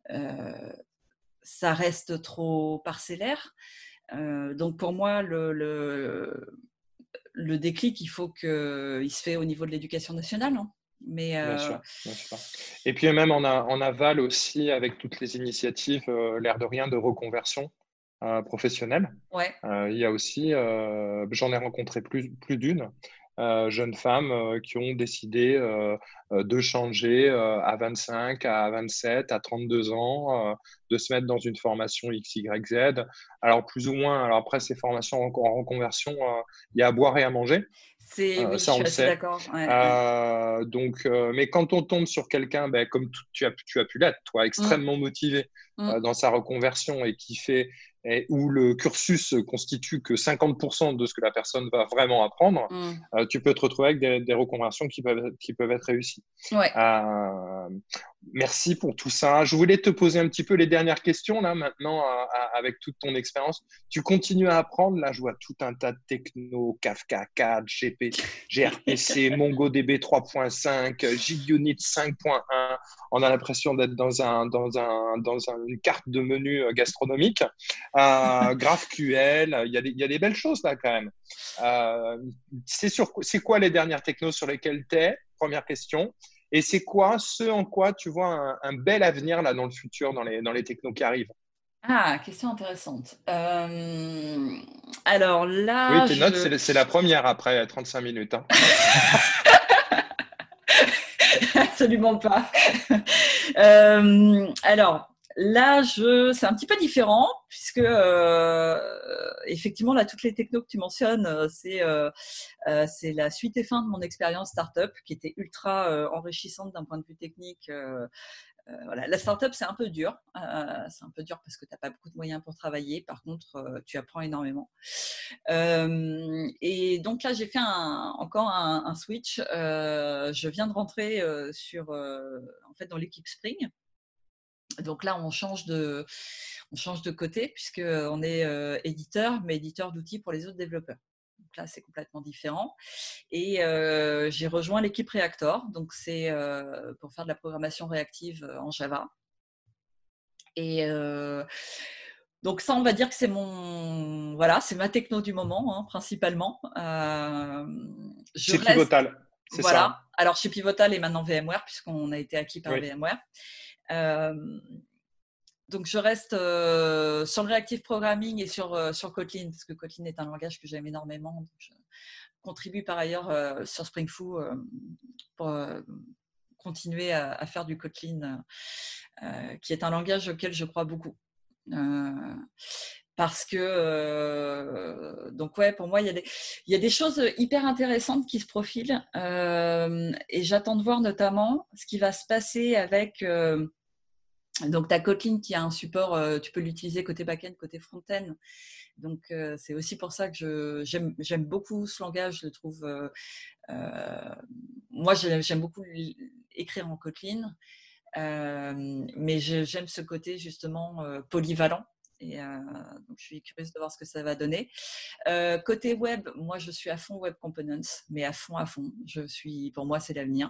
Speaker 2: ça reste trop parcellaire. Donc pour moi, le déclic, il faut qu'il se fait au niveau de l'éducation nationale. Hein. Mais
Speaker 1: bien sûr. Et puis même en aval aussi, avec toutes les initiatives, l'air de rien, de reconversion professionnelle.
Speaker 2: Ouais.
Speaker 1: Il y a aussi, j'en ai rencontré plus d'une, jeunes femmes qui ont décidé de changer à 25, à 27, à 32 ans, de se mettre dans une formation X, Y, Z. Alors plus ou moins, alors après ces formations en reconversion, il y a à boire et à manger.
Speaker 2: Oui, je
Speaker 1: Ça, on
Speaker 2: suis
Speaker 1: le
Speaker 2: assez
Speaker 1: sait.
Speaker 2: d'accord. Ouais.
Speaker 1: Donc, mais quand on tombe sur quelqu'un, comme tu as pu l'être, toi, extrêmement motivé dans sa reconversion et où le cursus constitue que 50% de ce que la personne va vraiment apprendre, tu peux te retrouver avec des reconversions qui peuvent être réussies.
Speaker 2: Ouais.
Speaker 1: Merci pour tout ça. Je voulais te poser un petit peu les dernières questions là maintenant avec toute ton expérience. Tu continues à apprendre. Là, je vois tout un tas de techno, Kafka 4, gRPC, MongoDB 3.5, JUnit 5.1. On a l'impression d'être dans une carte de menu gastronomique. GraphQL, il y a des belles choses là quand même. C'est quoi les dernières technos sur lesquelles tu es? Première question. Et c'est quoi ce en quoi tu vois un bel avenir là dans le futur, dans les technos qui arrivent?
Speaker 2: Ah, question intéressante. Alors là,
Speaker 1: oui, tes notes, c'est la première après 35 minutes. Hein.
Speaker 2: Absolument pas. Alors là, c'est un petit peu différent puisque effectivement, là, toutes les technos que tu mentionnes, c'est la suite et fin de mon expérience startup qui était ultra enrichissante d'un point de vue technique. Voilà. La startup, c'est un peu dur. C'est un peu dur parce que tu n'as pas beaucoup de moyens pour travailler. Par contre, tu apprends énormément. Et donc là, j'ai fait encore un switch. Je viens de rentrer en fait, dans l'équipe Spring. Donc là, on change de côté puisqu'on est éditeur, mais éditeur d'outils pour les autres développeurs. Donc là, c'est complètement différent. Et j'ai rejoint l'équipe Reactor. Donc c'est pour faire de la programmation réactive en Java. Et donc ça, on va dire que c'est ma techno du moment, hein, principalement.
Speaker 1: C'est Pivotal, c'est
Speaker 2: voilà.
Speaker 1: ça.
Speaker 2: Alors chez Pivotal et maintenant VMware, puisqu'on a été acquis par VMware. Donc je reste sur le reactive programming et sur Kotlin, parce que Kotlin est un langage que j'aime énormément. Donc je contribue par ailleurs sur Spring Foo pour continuer à faire du Kotlin, qui est un langage auquel je crois beaucoup. Parce que donc ouais, pour moi il y a des choses hyper intéressantes qui se profilent et j'attends de voir notamment ce qui va se passer avec Donc, tu as Kotlin qui a un support, tu peux l'utiliser côté back-end, côté front-end. Donc, c'est aussi pour ça que j'aime beaucoup ce langage. Je le trouve. Moi, j'aime beaucoup écrire en Kotlin, mais j'aime ce côté justement polyvalent. Et donc, je suis curieuse de voir ce que ça va donner. Côté web, moi, je suis à fond Web Components, mais à fond, à fond. Pour moi, c'est l'avenir.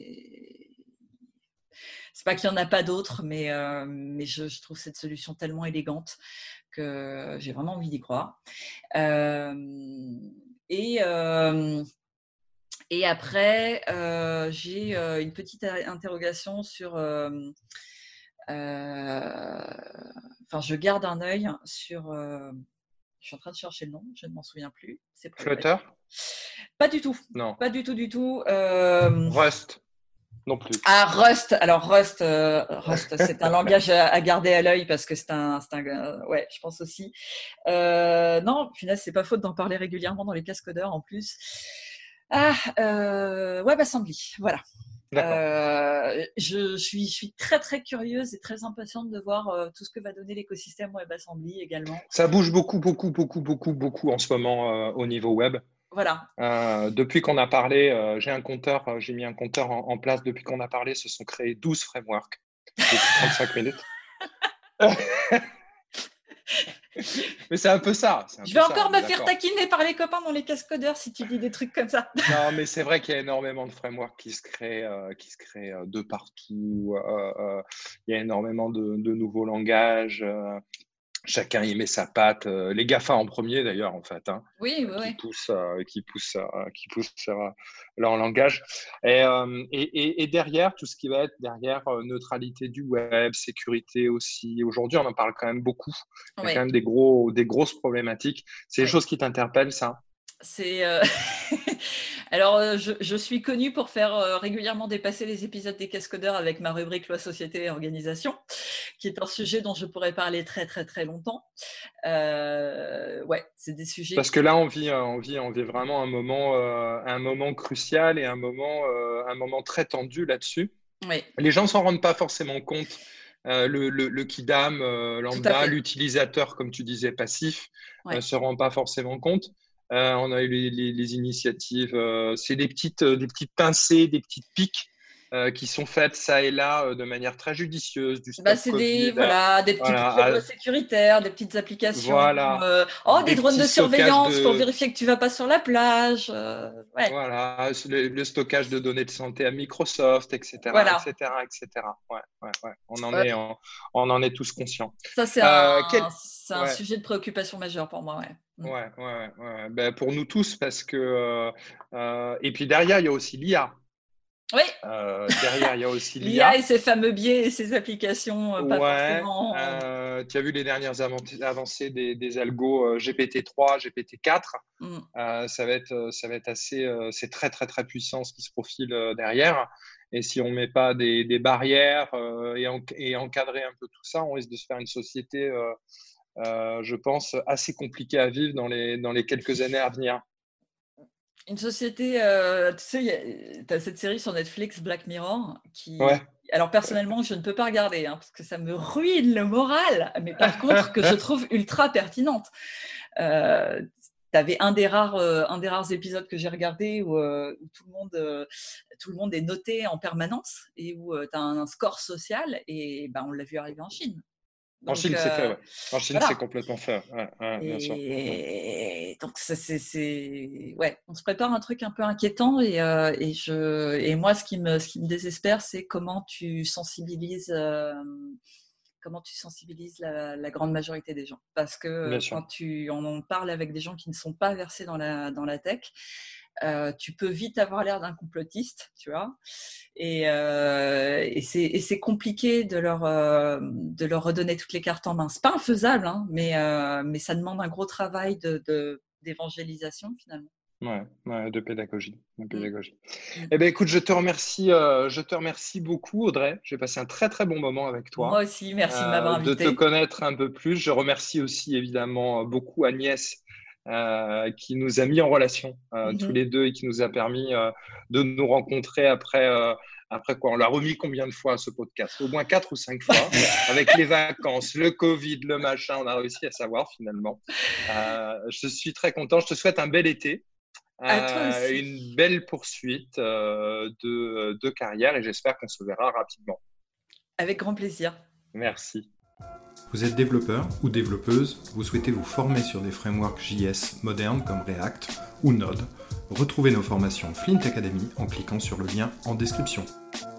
Speaker 2: C'est pas qu'il n'y en a pas d'autres, mais je trouve cette solution tellement élégante que j'ai vraiment envie d'y croire. Et après, j'ai une petite interrogation sur. Enfin, je garde un œil sur. Je suis en train de chercher le nom, je ne m'en souviens plus. C'est
Speaker 1: Flutter?
Speaker 2: Pas du tout.
Speaker 1: Non.
Speaker 2: Pas du tout, du tout.
Speaker 1: Rust? Non plus.
Speaker 2: Ah, Rust. Alors, Rust, c'est un langage à garder à l'œil parce que ouais, je pense aussi. Non, finalement, c'est pas faute d'en parler régulièrement dans les cascodeurs en plus. WebAssembly, voilà. Je suis très très curieuse et très impatiente de voir tout ce que va donner l'écosystème WebAssembly également.
Speaker 1: Ça bouge beaucoup en ce moment au niveau web.
Speaker 2: Voilà.
Speaker 1: Depuis qu'on a parlé, j'ai mis un compteur en place. Depuis qu'on a parlé, se sont créés 12 frameworks depuis 35 minutes. Mais c'est un peu ça.
Speaker 2: Je vais encore me faire taquiner par les copains dans les cascodeurs si tu dis des trucs comme ça.
Speaker 1: Non, mais c'est vrai qu'il y a énormément de frameworks qui se créent de partout. Il y a énormément de nouveaux langages. Chacun y met sa patte. Les GAFA en premier d'ailleurs, en fait.
Speaker 2: Oui.
Speaker 1: Qui poussent leur langage. Et derrière, tout ce qui va être derrière neutralité du web, sécurité aussi. Aujourd'hui, on en parle quand même beaucoup. Il y a quand même des grosses problématiques. C'est des choses qui t'interpellent, ça?
Speaker 2: C'est Alors, je suis connue pour faire régulièrement dépasser les épisodes des Cascodeurs avec ma rubrique Loi, Société et Organisation, qui est un sujet dont je pourrais parler très, très, très longtemps. Ouais, c'est des sujets…
Speaker 1: Parce que là, on vit vraiment un moment crucial et un moment très tendu là-dessus.
Speaker 2: Oui.
Speaker 1: Les gens ne s'en rendent pas forcément compte. Le kidam lambda, l'utilisateur, comme tu disais, passif, ne se rend pas forcément compte. On a eu les initiatives, c'est des petites pincées, des petites piques qui sont faites ça et là de manière très judicieuse, du stop
Speaker 2: c'est
Speaker 1: Covid.
Speaker 2: des petits protocoles sécuritaires, des petites applications.
Speaker 1: Voilà.
Speaker 2: Des drones de surveillance pour vérifier que tu ne vas pas sur la plage. Ouais.
Speaker 1: Voilà, le stockage de données de santé à Microsoft, etc.
Speaker 2: Voilà.
Speaker 1: etc. Ouais. On en est tous conscients.
Speaker 2: Ça, c'est un sujet de préoccupation majeure pour moi.
Speaker 1: Ouais. Ben, pour nous tous, parce que… et puis derrière, il y a aussi l'IA.
Speaker 2: Oui.
Speaker 1: Derrière, il y a aussi
Speaker 2: l'IA et ses fameux biais et ses applications pas forcément…
Speaker 1: tu as vu les dernières avancées des algos GPT-3, GPT-4. Ça va être assez… c'est très, très, très puissant ce qui se profile derrière. Et si on ne met pas des barrières et encadrer un peu tout ça, on risque de se faire une société… je pense, assez compliqué à vivre dans les quelques années à venir.
Speaker 2: Une société, tu sais, tu as cette série sur Netflix, Black Mirror, qui…
Speaker 1: Ouais.
Speaker 2: Alors, personnellement, je ne peux pas regarder parce que ça me ruine le moral, mais par contre, que je trouve ultra pertinente. Tu avais un des rares épisodes que j'ai regardé où tout le monde est noté en permanence et où tu as un score social et on l'a vu arriver en Chine.
Speaker 1: Donc, en Chine, c'est fait, ouais. En Chine, c'est complètement fait. Bien sûr.
Speaker 2: Et donc, ouais, on se prépare un truc un peu inquiétant et moi, ce qui me désespère, c'est comment tu sensibilises la grande majorité des gens. Parce que quand on en parle avec des gens qui ne sont pas versés dans la tech, tu peux vite avoir l'air d'un complotiste, tu vois, et c'est compliqué de leur redonner toutes les cartes en main. C'est pas infaisable, mais ça demande un gros travail d'évangélisation finalement.
Speaker 1: Ouais, de pédagogie. Eh bien, écoute, je te remercie beaucoup, Audrey. J'ai passé un très, très bon moment avec toi.
Speaker 2: Moi aussi, merci de m'avoir invité.
Speaker 1: De te connaître un peu plus. Je remercie aussi, évidemment, beaucoup Agnès, qui nous a mis en relation tous les deux et qui nous a permis de nous rencontrer après Après quoi, on l'a remis combien de fois ce podcast? Au moins 4 ou 5 fois. Avec les vacances, le Covid, le machin, on a réussi à savoir finalement. Je suis très content. Je te souhaite un bel été,
Speaker 2: À toi aussi.
Speaker 1: une belle poursuite de carrière et j'espère qu'on se verra rapidement.
Speaker 2: Avec grand plaisir.
Speaker 1: Merci.
Speaker 3: Vous êtes développeur ou développeuse, vous souhaitez vous former sur des frameworks JS modernes comme React ou Node. Retrouvez nos formations Flint Academy en cliquant sur le lien en description.